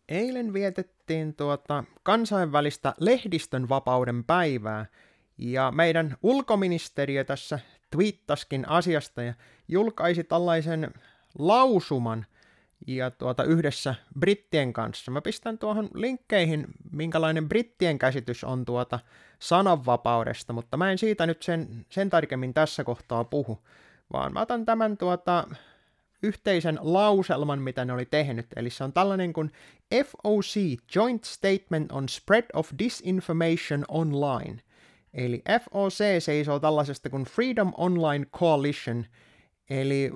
Eilen vietettiin kansainvälistä lehdistön vapauden päivää, ja meidän ulkoministeriö tässä twiittaskin asiasta ja julkaisi tällaisen lausuman ja yhdessä brittien kanssa. Mä pistän tuohon linkkeihin, minkälainen brittien käsitys on sananvapaudesta, mutta mä en siitä nyt sen tarkemmin tässä kohtaa puhu, vaan mä otan tämän yhteisen lauselman, mitä ne oli tehnyt. Eli se on tällainen kuin FOC, Joint Statement on Spread of Disinformation Online. Eli FOC seisoo tällaisesta kuin Freedom Online Coalition, eli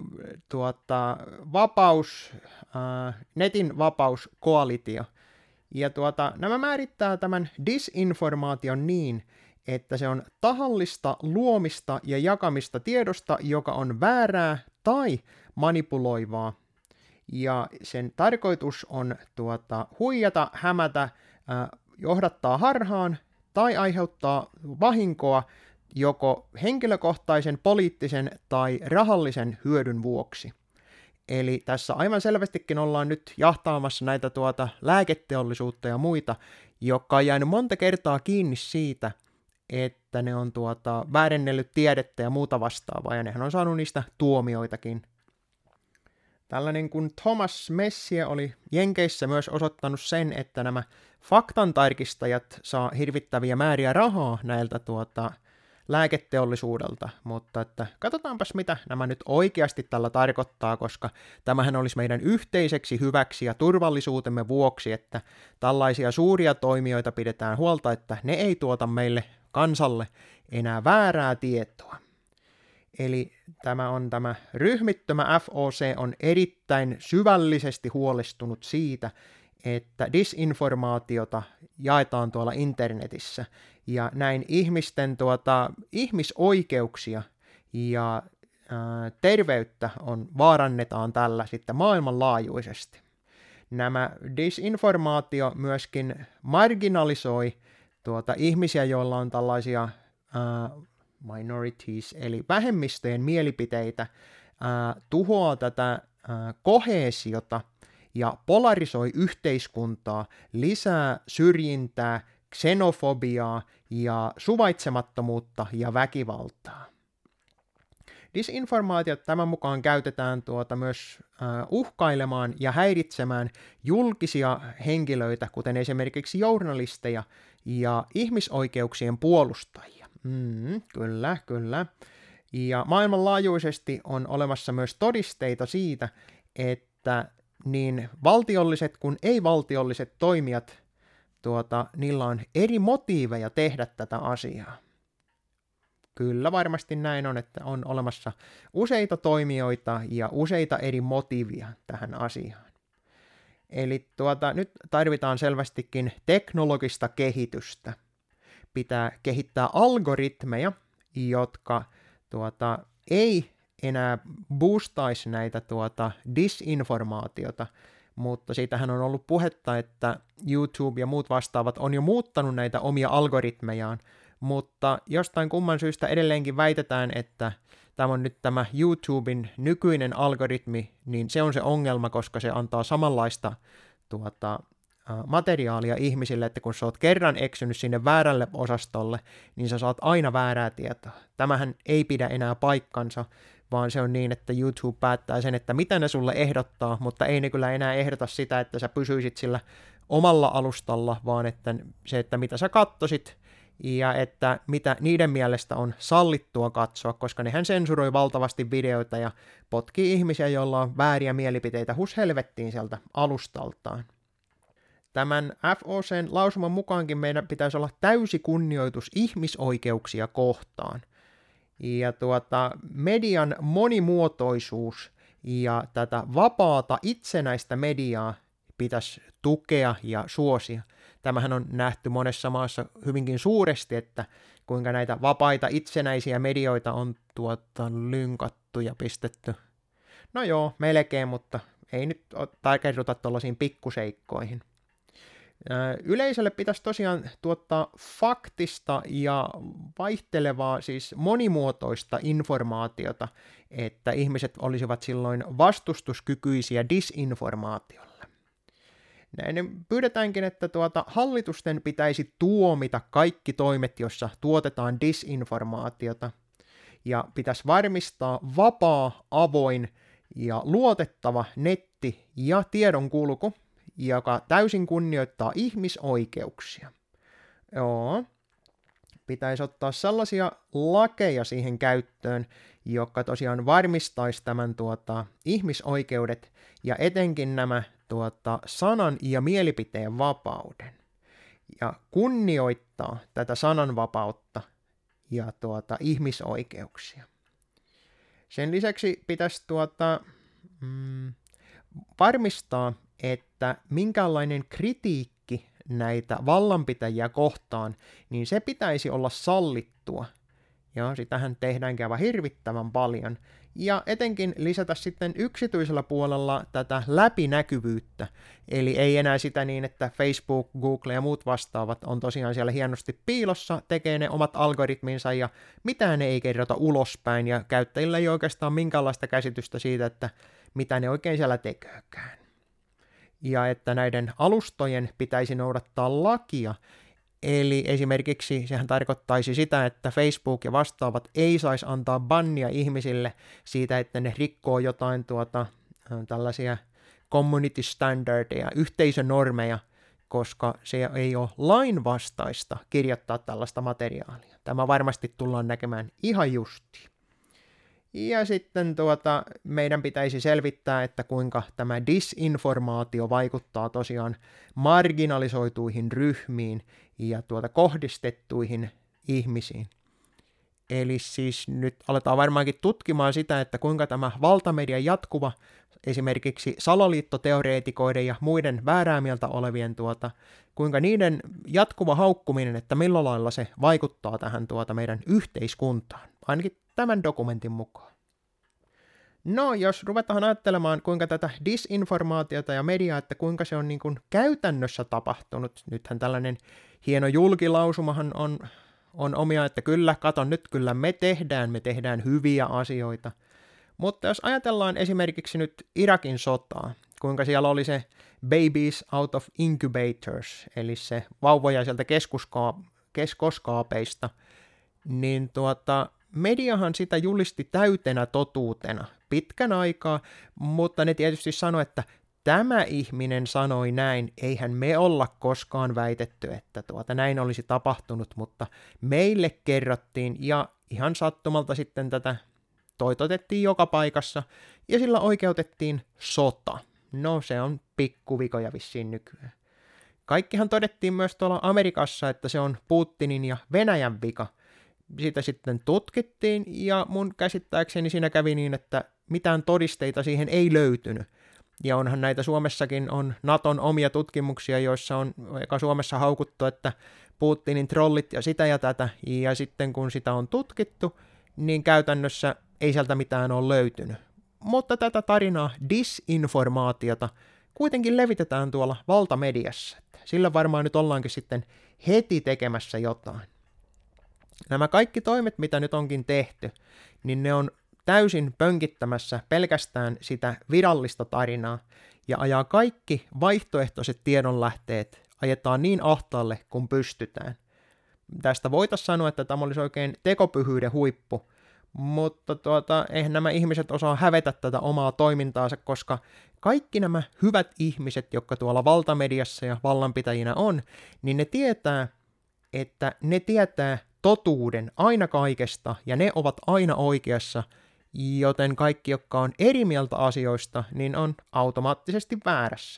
netin vapauskoalitio. Ja nämä määrittää tämän disinformaation niin, että se on tahallista luomista ja jakamista tiedosta, joka on väärää tai manipuloivaa. Ja sen tarkoitus on huijata, hämätä, johdattaa harhaan tai aiheuttaa vahinkoa joko henkilökohtaisen, poliittisen tai rahallisen hyödyn vuoksi. Eli tässä aivan selvästikin ollaan nyt jahtaamassa näitä lääketeollisuutta ja muita, jotka on jäänyt monta kertaa kiinni siitä, että ne on väärennellyt tiedettä ja muuta vastaavaa, ja nehän on saanut niistä tuomioitakin. Tällainen kuin Thomas Messier oli Jenkeissä myös osoittanut sen, että nämä faktantarkistajat saa hirvittäviä määriä rahaa näiltä lääketeollisuudelta, mutta että katsotaanpas mitä nämä nyt oikeasti tällä tarkoittaa, koska tämähän olisi meidän yhteiseksi hyväksi ja turvallisuutemme vuoksi, että tällaisia suuria toimijoita pidetään huolta, että ne ei tuota meille kansalle enää väärää tietoa. Eli tämä ryhmittymä FOC on erittäin syvällisesti huolestunut siitä, että disinformaatiota jaetaan tuolla internetissä, ja näin ihmisten ihmisoikeuksia ja terveyttä vaarannetaan tällä sitten maailmanlaajuisesti. Nämä disinformaatio myöskin marginalisoi ihmisiä, joilla on tällaisia minorities, eli vähemmistöjen mielipiteitä, tuhoaa tätä koheesiota ja polarisoi yhteiskuntaa, lisää syrjintää, xenofobiaa ja suvaitsemattomuutta ja väkivaltaa. Disinformaatiot tämän mukaan käytetään myös uhkailemaan ja häiritsemään julkisia henkilöitä, kuten esimerkiksi journalisteja ja ihmisoikeuksien puolustajia. Kyllä. Ja maailmanlaajuisesti on olemassa myös todisteita siitä, että niin valtiolliset kuin ei-valtiolliset toimijat, niillä on eri motiiveja tehdä tätä asiaa. Kyllä varmasti näin on, että on olemassa useita toimijoita ja useita eri motiivia tähän asiaan. Eli nyt tarvitaan selvästikin teknologista kehitystä. Pitää kehittää algoritmeja, jotka ei enää boostaisi näitä disinformaatiota, mutta siitähän on ollut puhetta, että YouTube ja muut vastaavat on jo muuttanut näitä omia algoritmejaan, mutta jostain kumman syystä edelleenkin väitetään, että tämä YouTuben nykyinen algoritmi, niin se on se ongelma, koska se antaa samanlaista materiaalia ihmisille, että kun sä oot kerran eksynyt sinne väärälle osastolle, niin sä saat aina väärää tietoa. Tämähän ei pidä enää paikkansa, vaan se on niin, että YouTube päättää sen, että mitä ne sulle ehdottaa, mutta ei ne kyllä enää ehdota sitä, että sä pysyisit sillä omalla alustalla, vaan että se, että mitä sä kattosit ja että mitä niiden mielestä on sallittua katsoa, koska nehän sensuroi valtavasti videoita ja potkii ihmisiä, joilla on vääriä mielipiteitä hushelvettiin sieltä alustaltaan. Tämän FOCn lausuman mukaankin meidän pitäisi olla täysi kunnioitus ihmisoikeuksia kohtaan. Ja median monimuotoisuus ja tätä vapaata itsenäistä mediaa pitäisi tukea ja suosia. Tämähän on nähty monessa maassa hyvinkin suuresti, että kuinka näitä vapaita itsenäisiä medioita on lynkattu ja pistetty. No joo, melkein, mutta ei nyt takerruta tuollaisiin pikkuseikkoihin. Yleisölle pitäisi tosiaan tuottaa faktista ja vaihtelevaa, siis monimuotoista informaatiota, että ihmiset olisivat silloin vastustuskykyisiä disinformaatiolle. Ne pyydetäänkin, että hallitusten pitäisi tuomita kaikki toimet, joissa tuotetaan disinformaatiota, ja pitäisi varmistaa vapaa, avoin ja luotettava netti ja tiedonkulku, joka täysin kunnioittaa ihmisoikeuksia. Joo. Pitäisi ottaa sellaisia lakeja siihen käyttöön, jotka tosiaan varmistaisi tämän ihmisoikeudet ja etenkin nämä sanan ja mielipiteen vapauden. Ja kunnioittaa tätä sananvapautta ja ihmisoikeuksia. Sen lisäksi pitäisi varmistaa, että minkälainen kritiikki näitä vallanpitäjiä kohtaan, niin se pitäisi olla sallittua. Ja sitähän tehdäänkin aivan hirvittävän paljon. Ja etenkin lisätä sitten yksityisellä puolella tätä läpinäkyvyyttä. Eli ei enää sitä niin, että Facebook, Google ja muut vastaavat on tosiaan siellä hienosti piilossa, tekee ne omat algoritminsa ja mitään ne ei kerrota ulospäin ja käyttäjillä ei oikeastaan minkäänlaista käsitystä siitä, että mitä ne oikein siellä tekeekään. Ja että näiden alustojen pitäisi noudattaa lakia, eli esimerkiksi sehän tarkoittaisi sitä, että Facebook ja vastaavat ei saisi antaa bannia ihmisille siitä, että ne rikkoo jotain tällaisia community standardeja, yhteisönormeja, koska se ei ole lainvastaista kirjoittaa tällaista materiaalia. Tämä varmasti tullaan näkemään ihan justiin. Ja sitten meidän pitäisi selvittää, että kuinka tämä disinformaatio vaikuttaa tosiaan marginalisoituihin ryhmiin ja kohdistettuihin ihmisiin. Eli siis nyt aletaan varmaankin tutkimaan sitä, että kuinka tämä valtamedian jatkuva, esimerkiksi salaliittoteoreetikoiden ja muiden väärää mieltä olevien, kuinka niiden jatkuva haukkuminen, että millä lailla se vaikuttaa tähän meidän yhteiskuntaan, ainakin tämän dokumentin mukaan. No, jos ruvetaan ajattelemaan, kuinka tätä disinformaatiota ja mediaa, että kuinka se on niin kuin käytännössä tapahtunut, nythän tällainen hieno julkilausumahan on omia, että kyllä, kato nyt, kyllä me tehdään hyviä asioita. Mutta jos ajatellaan esimerkiksi nyt Irakin sotaa, kuinka siellä oli se babies out of incubators, eli se vauvoja sieltä keskoskaapeista, niin mediahan sitä julisti täytenä totuutena pitkän aikaa, mutta ne tietysti sanoi, että tämä ihminen sanoi näin, eihän me olla koskaan väitetty, että näin olisi tapahtunut, mutta meille kerrottiin ja ihan sattumalta sitten tätä toitotettiin joka paikassa ja sillä oikeutettiin sota. No se on pikkuvikoja vissiin nykyään. Kaikkihan todettiin myös tuolla Amerikassa, että se on Putinin ja Venäjän vika. Sitä sitten tutkittiin ja mun käsittääkseni siinä kävi niin, että mitään todisteita siihen ei löytynyt. Ja onhan näitä Suomessakin on Naton omia tutkimuksia, joissa on eka Suomessa haukuttu, että Putinin trollit ja sitä ja tätä. Ja sitten kun sitä on tutkittu, niin käytännössä ei sieltä mitään ole löytynyt. Mutta tätä tarinaa, disinformaatiota, kuitenkin levitetään tuolla valtamediassa. Sillä varmaan nyt ollaankin sitten heti tekemässä jotain. Nämä kaikki toimet, mitä nyt onkin tehty, niin ne on täysin pönkittämässä pelkästään sitä virallista tarinaa ja ajaa kaikki vaihtoehtoiset tiedonlähteet, ajetaan niin ahtaalle kuin pystytään. Tästä voitaisiin sanoa, että tämä olisi oikein tekopyhyyden huippu, mutta eihän nämä ihmiset osaa hävetä tätä omaa toimintaansa, koska kaikki nämä hyvät ihmiset, jotka tuolla valtamediassa ja vallanpitäjinä on, niin ne tietää, että ne tietää totuuden aina kaikesta ja ne ovat aina oikeassa, joten kaikki, jotka on eri mieltä asioista, niin on automaattisesti väärässä.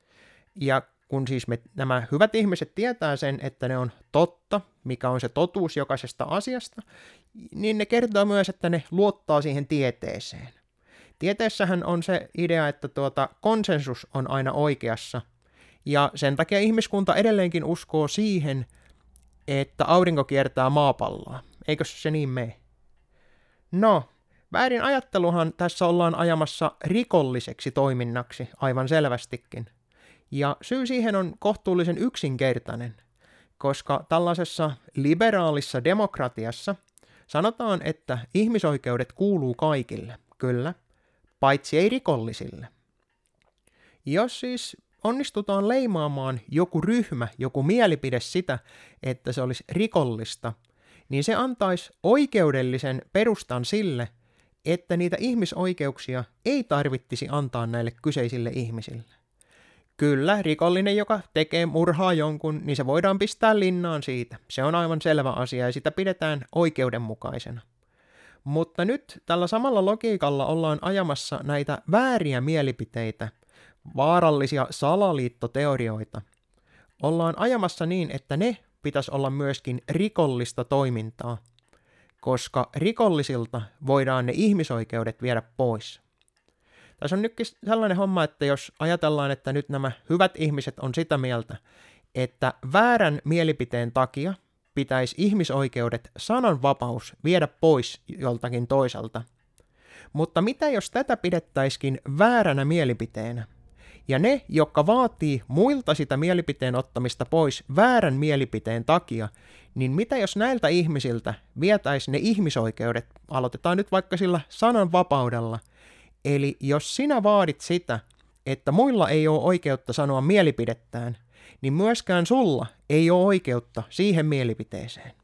Ja kun siis nämä hyvät ihmiset tietää sen, että ne on totta, mikä on se totuus jokaisesta asiasta, niin ne kertoo myös, että ne luottaa siihen tieteeseen. Tieteessähän on se idea, että konsensus on aina oikeassa, ja sen takia ihmiskunta edelleenkin uskoo siihen, että aurinko kiertää maapalloa. Eikö se niin mene? No, väärin ajatteluhan tässä ollaan ajamassa rikolliseksi toiminnaksi aivan selvästikin. Ja syy siihen on kohtuullisen yksinkertainen, koska tällaisessa liberaalissa demokratiassa sanotaan, että ihmisoikeudet kuuluu kaikille, kyllä, paitsi ei rikollisille. Jos siis onnistutaan leimaamaan joku ryhmä, joku mielipide sitä, että se olisi rikollista, niin se antaisi oikeudellisen perustan sille, että niitä ihmisoikeuksia ei tarvittisi antaa näille kyseisille ihmisille. Kyllä, rikollinen, joka tekee murhaa jonkun, niin se voidaan pistää linnaan siitä. Se on aivan selvä asia ja sitä pidetään oikeudenmukaisena. Mutta nyt tällä samalla logiikalla ollaan ajamassa näitä vääriä mielipiteitä, vaarallisia salaliittoteorioita. Ollaan ajamassa niin, että ne pitäisi olla myöskin rikollista toimintaa, koska rikollisilta voidaan ne ihmisoikeudet viedä pois. Tässä on nytkin sellainen homma, että jos ajatellaan, että nyt nämä hyvät ihmiset on sitä mieltä, että väärän mielipiteen takia pitäisi ihmisoikeudet, sananvapaus viedä pois joltakin toiselta. Mutta mitä jos tätä pidettäisikin vääränä mielipiteenä? Ja ne, jotka vaatii muilta sitä mielipiteen ottamista pois väärän mielipiteen takia, niin mitä jos näiltä ihmisiltä vietäisi ne ihmisoikeudet, aloitetaan nyt vaikka sillä sananvapaudella, eli jos sinä vaadit sitä, että muilla ei ole oikeutta sanoa mielipidettään, niin myöskään sulla ei ole oikeutta siihen mielipiteeseen.